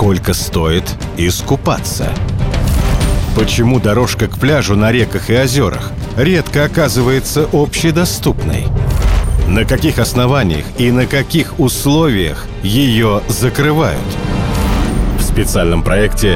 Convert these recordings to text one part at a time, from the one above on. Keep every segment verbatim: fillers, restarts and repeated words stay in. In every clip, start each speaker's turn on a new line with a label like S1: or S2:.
S1: сколько стоит искупаться? Почему дорожка к пляжу на реках и озерах редко оказывается общедоступной? На каких основаниях и на каких условиях ее закрывают? В специальном проекте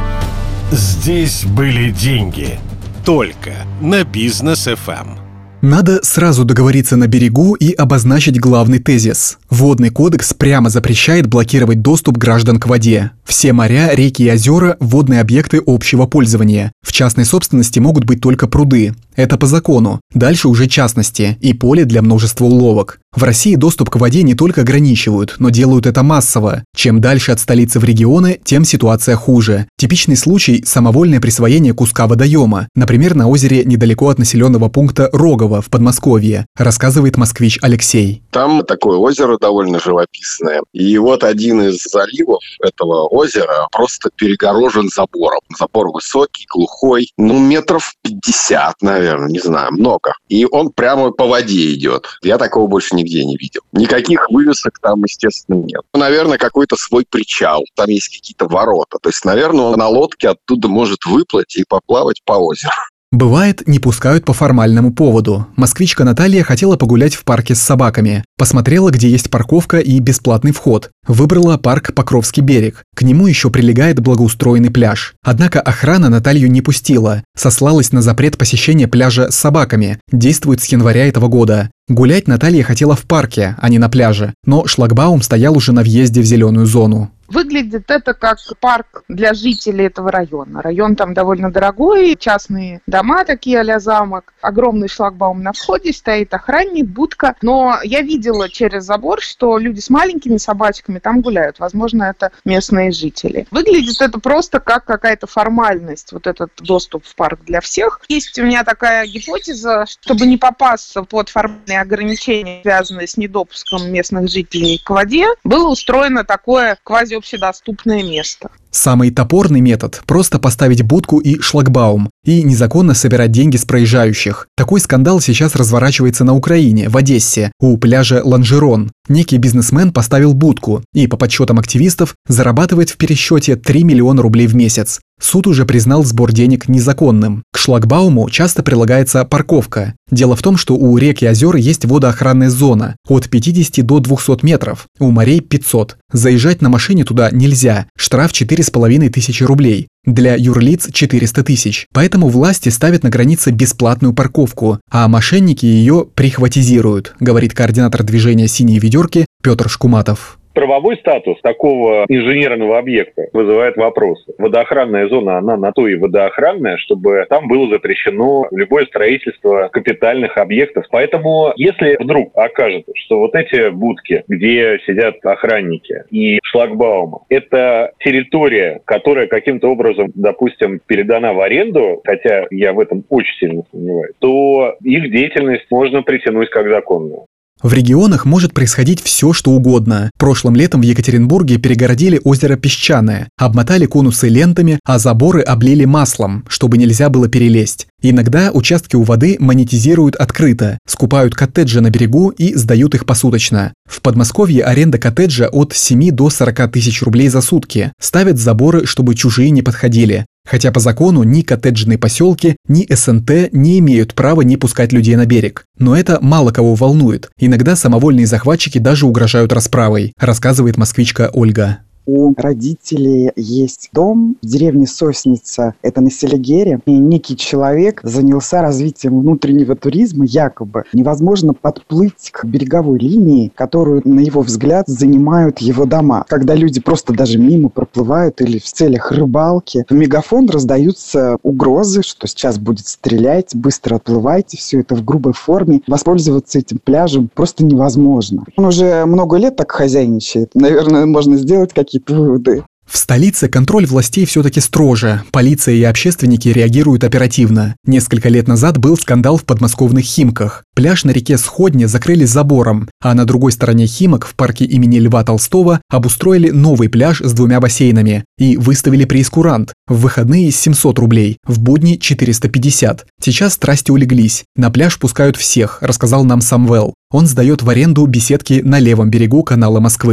S1: «Здесь были деньги» только на Бизнес эф эм.
S2: Надо сразу договориться на берегу и обозначить главный тезис. Водный кодекс прямо запрещает блокировать доступ граждан к воде. Все моря, реки и озера – водные объекты общего пользования. В частной собственности могут быть только пруды. Это по закону. Дальше уже частности и поле для множества уловок. В России доступ к воде не только ограничивают, но делают это массово. Чем дальше от столицы в регионы, тем ситуация хуже. Типичный случай – самовольное присвоение куска водоема, например, на озере недалеко от населенного пункта Рогово в Подмосковье, рассказывает москвич Алексей.
S3: Там такое озеро довольно живописное. И вот один из заливов этого озера просто перегорожен забором. Забор высокий, глухой, ну метров пятьдесят, наверное, не знаю, много. И он прямо по воде идет. Я такого больше нигде не видел. Никаких вывесок там, естественно, нет. Наверное, какой-то свой причал. Там есть какие-то ворота. То есть, наверное, он на лодке оттуда может выплыть и поплавать по озеру.
S2: Бывает, не пускают по формальному поводу. Москвичка Наталья хотела погулять в парке с собаками. Посмотрела, где есть парковка и бесплатный вход. Выбрала парк Покровский берег. К нему еще прилегает благоустроенный пляж. Однако охрана Наталью не пустила. Сослалась на запрет посещения пляжа с собаками. Действует с января этого года. Гулять Наталья хотела в парке, а не на пляже. Но шлагбаум стоял уже на въезде в зеленую зону.
S4: Выглядит это как парк для жителей этого района. Район там довольно дорогой, частные дома такие а-ля замок. Огромный шлагбаум на входе, стоит охранник, будка. Но я видела через забор, что люди с маленькими собачками там гуляют. Возможно, это местные жители. Выглядит это просто как какая-то формальность, вот этот доступ в парк для всех. Есть у меня такая гипотеза, чтобы не попасться под формальные ограничения, связанные с недопуском местных жителей к воде, было устроено такое квази общедоступное место.
S2: Самый топорный метод – просто поставить будку и шлагбаум, и незаконно собирать деньги с проезжающих. Такой скандал сейчас разворачивается на Украине, в Одессе, у пляжа Ланжерон. Некий бизнесмен поставил будку и, по подсчетам активистов, зарабатывает в пересчете три миллиона рублей в месяц. Суд уже признал сбор денег незаконным. К шлагбауму часто прилагается парковка. Дело в том, что у рек и озер есть водоохранная зона от пятидесяти до двухсот метров, у морей пятьсот. Заезжать на машине туда нельзя, штраф четыре с половиной тысячи рублей. Для юрлиц четыреста тысяч. Поэтому власти ставят на границе бесплатную парковку, а мошенники ее прихватизируют, говорит координатор движения «Синие ведерки» Петр Шкуматов.
S5: Правовой статус такого инженерного объекта вызывает вопросы. Водоохранная зона, она на то и водоохранная, чтобы там было запрещено любое строительство капитальных объектов. Поэтому, если вдруг окажется, что вот эти будки, где сидят охранники и шлагбаумы, это территория, которая каким-то образом, допустим, передана в аренду, хотя я в этом очень сильно сомневаюсь, то их деятельность можно притянуть как законную.
S2: В регионах может происходить все, что угодно. Прошлым летом в Екатеринбурге перегородили озеро Песчаное, обмотали конусы лентами, а заборы облили маслом, чтобы нельзя было перелезть. Иногда участки у воды монетизируют открыто, скупают коттеджи на берегу и сдают их посуточно. В Подмосковье аренда коттеджа от семи до сорока тысяч рублей за сутки. Ставят заборы, чтобы чужие не подходили. Хотя по закону ни коттеджные поселки, ни эс эн тэ не имеют права не пускать людей на берег. Но это мало кого волнует. Иногда самовольные захватчики даже угрожают расправой, рассказывает москвичка Ольга.
S6: У родителей есть дом в деревне Сосница, это на Селигере. И некий человек занялся развитием внутреннего туризма, якобы. Невозможно подплыть к береговой линии, которую, на его взгляд, занимают его дома. Когда люди просто даже мимо проплывают или в целях рыбалки, в мегафон раздаются угрозы, что сейчас будет стрелять, быстро отплывайте, все это в грубой форме. Воспользоваться этим пляжем просто невозможно. Он уже много лет так хозяйничает. Наверное, можно сделать какие-то выводы.
S2: В столице контроль властей все-таки строже. Полиция и общественники реагируют оперативно. Несколько лет назад был скандал в подмосковных Химках. Пляж на реке Сходне закрыли забором, а на другой стороне Химок в парке имени Льва Толстого обустроили новый пляж с двумя бассейнами и выставили прейскурант. В выходные семьсот рублей, в будни четыреста пятьдесят. Сейчас страсти улеглись. На пляж пускают всех, рассказал нам Самвел. Он сдает в аренду беседки на левом берегу канала Москвы.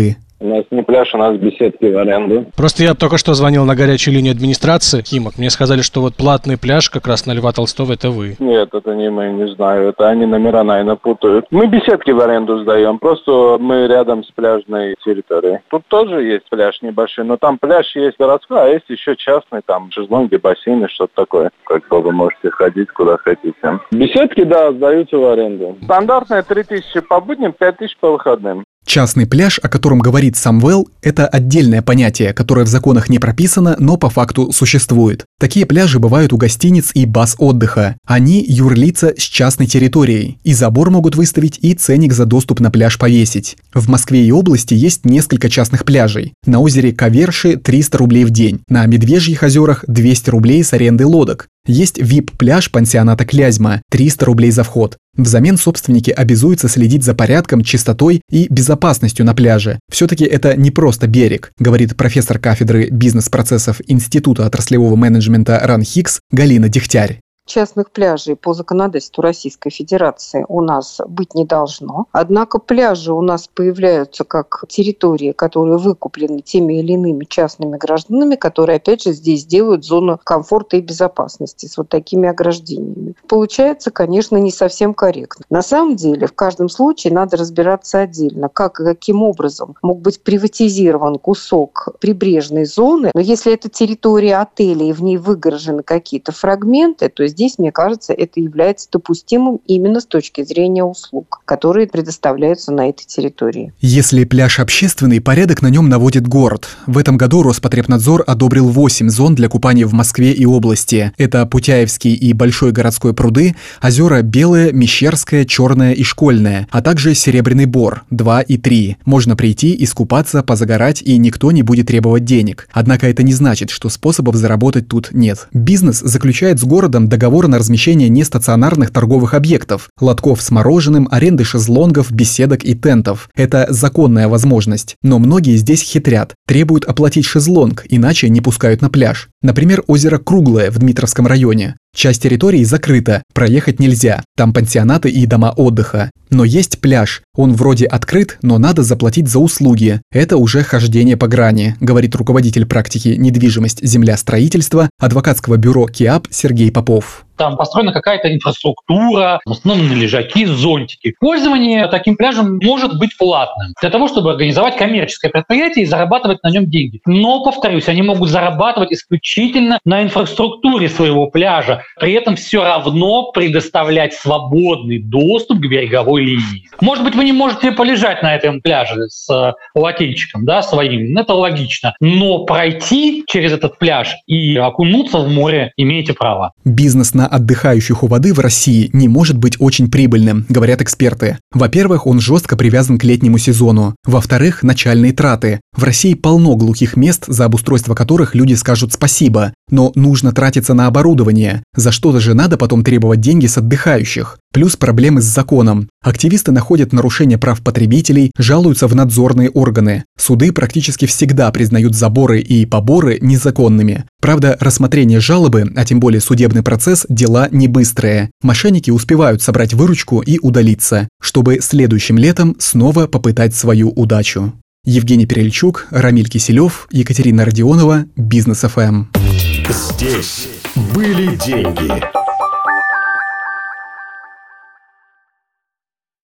S7: У нас не пляж, у нас беседки в аренду.
S8: Просто я только что звонил на горячую линию администрации Химок. Мне сказали, что вот платный пляж как раз на Льва Толстого — это вы.
S7: Нет, это не мы, не знаю. Это они номера, наверное, путают. Мы беседки в аренду сдаем. Просто мы рядом с пляжной территорией. Тут тоже есть пляж небольшой, но там пляж есть городской, а есть еще частный, там шезлонги, бассейны, что-то такое. Как бы вы можете ходить куда хотите. Беседки, да, сдаются в аренду. Стандартная три тысячи по будням, пять тысяч по выходным.
S2: Частный пляж, о котором говорит Самвел, это отдельное понятие, которое в законах не прописано, но по факту существует. Такие пляжи бывают у гостиниц и баз отдыха. Они юрлица с частной территорией. И забор могут выставить, и ценник за доступ на пляж повесить. В Москве и области есть несколько частных пляжей. На озере Каверши триста рублей в день, на Медвежьих озерах двести рублей с аренды лодок. Есть ви ай пи-пляж пансионата Клязьма – триста рублей за вход. Взамен собственники обязуются следить за порядком, чистотой и безопасностью на пляже. Все-таки это не просто берег, говорит профессор кафедры бизнес-процессов Института отраслевого менеджмента РАНХИКС Галина Дегтярь.
S9: Частных пляжей по законодательству Российской Федерации у нас быть не должно. Однако пляжи у нас появляются как территории, которые выкуплены теми или иными частными гражданами, которые, опять же, здесь делают зону комфорта и безопасности с вот такими ограждениями. Получается, конечно, не совсем корректно. На самом деле, в каждом случае надо разбираться отдельно, как и каким образом мог быть приватизирован кусок прибрежной зоны. Но если это территория отеля и в ней выгорожены какие-то фрагменты, то есть здесь, мне кажется, это является допустимым именно с точки зрения услуг, которые предоставляются на этой территории.
S2: Если пляж общественный, порядок на нем наводит город. В этом году Роспотребнадзор одобрил восемь зон для купания в Москве и области. Это Путяевский и Большой городской пруды, озера Белое, Мещерское, Черное и Школьное, а также Серебряный Бор два и три. Можно прийти, искупаться, позагорать, и никто не будет требовать денег. Однако это не значит, что способов заработать тут нет. Бизнес заключает с городом договор Договор на размещение нестационарных торговых объектов, лотков с мороженым, аренды шезлонгов, беседок и тентов. Это законная возможность. Но многие здесь хитрят, требуют оплатить шезлонг, иначе не пускают на пляж. Например, озеро Круглое в Дмитровском районе. Часть территории закрыта, проехать нельзя, там пансионаты и дома отдыха. Но есть пляж, он вроде открыт, но надо заплатить за услуги. Это уже хождение по грани, говорит руководитель практики «Недвижимость, земля, строительство» адвокатского бюро КИАП Сергей Попов.
S10: Там построена какая-то инфраструктура, установлены лежаки, зонтики. Пользование таким пляжем может быть платным для того, чтобы организовать коммерческое предприятие и зарабатывать на нем деньги. Но, повторюсь, они могут зарабатывать исключительно на инфраструктуре своего пляжа, при этом все равно предоставлять свободный доступ к береговой линии. Может быть, вы не можете полежать на этом пляже с полотенчиком, да, своим, это логично, но пройти через этот пляж и окунуться в море имеете право.
S2: Бизнес на отдыхающих у воды в России не может быть очень прибыльным, говорят эксперты. Во-первых, он жестко привязан к летнему сезону. Во-вторых, начальные траты. В России полно глухих мест, за обустройство которых люди скажут спасибо, но нужно тратиться на оборудование. За что-то же надо потом требовать деньги с отдыхающих. Плюс проблемы с законом. Активисты находят нарушение прав потребителей, жалуются в надзорные органы. Суды практически всегда признают заборы и поборы незаконными. Правда, рассмотрение жалобы, а тем более судебный процесс, дела не быстрые. Мошенники успевают собрать выручку и удалиться, чтобы следующим летом снова попытать свою удачу. Евгений Перельчук, Рамиль Киселев, Екатерина Родионова, Бизнес эф эм.
S1: Здесь были деньги.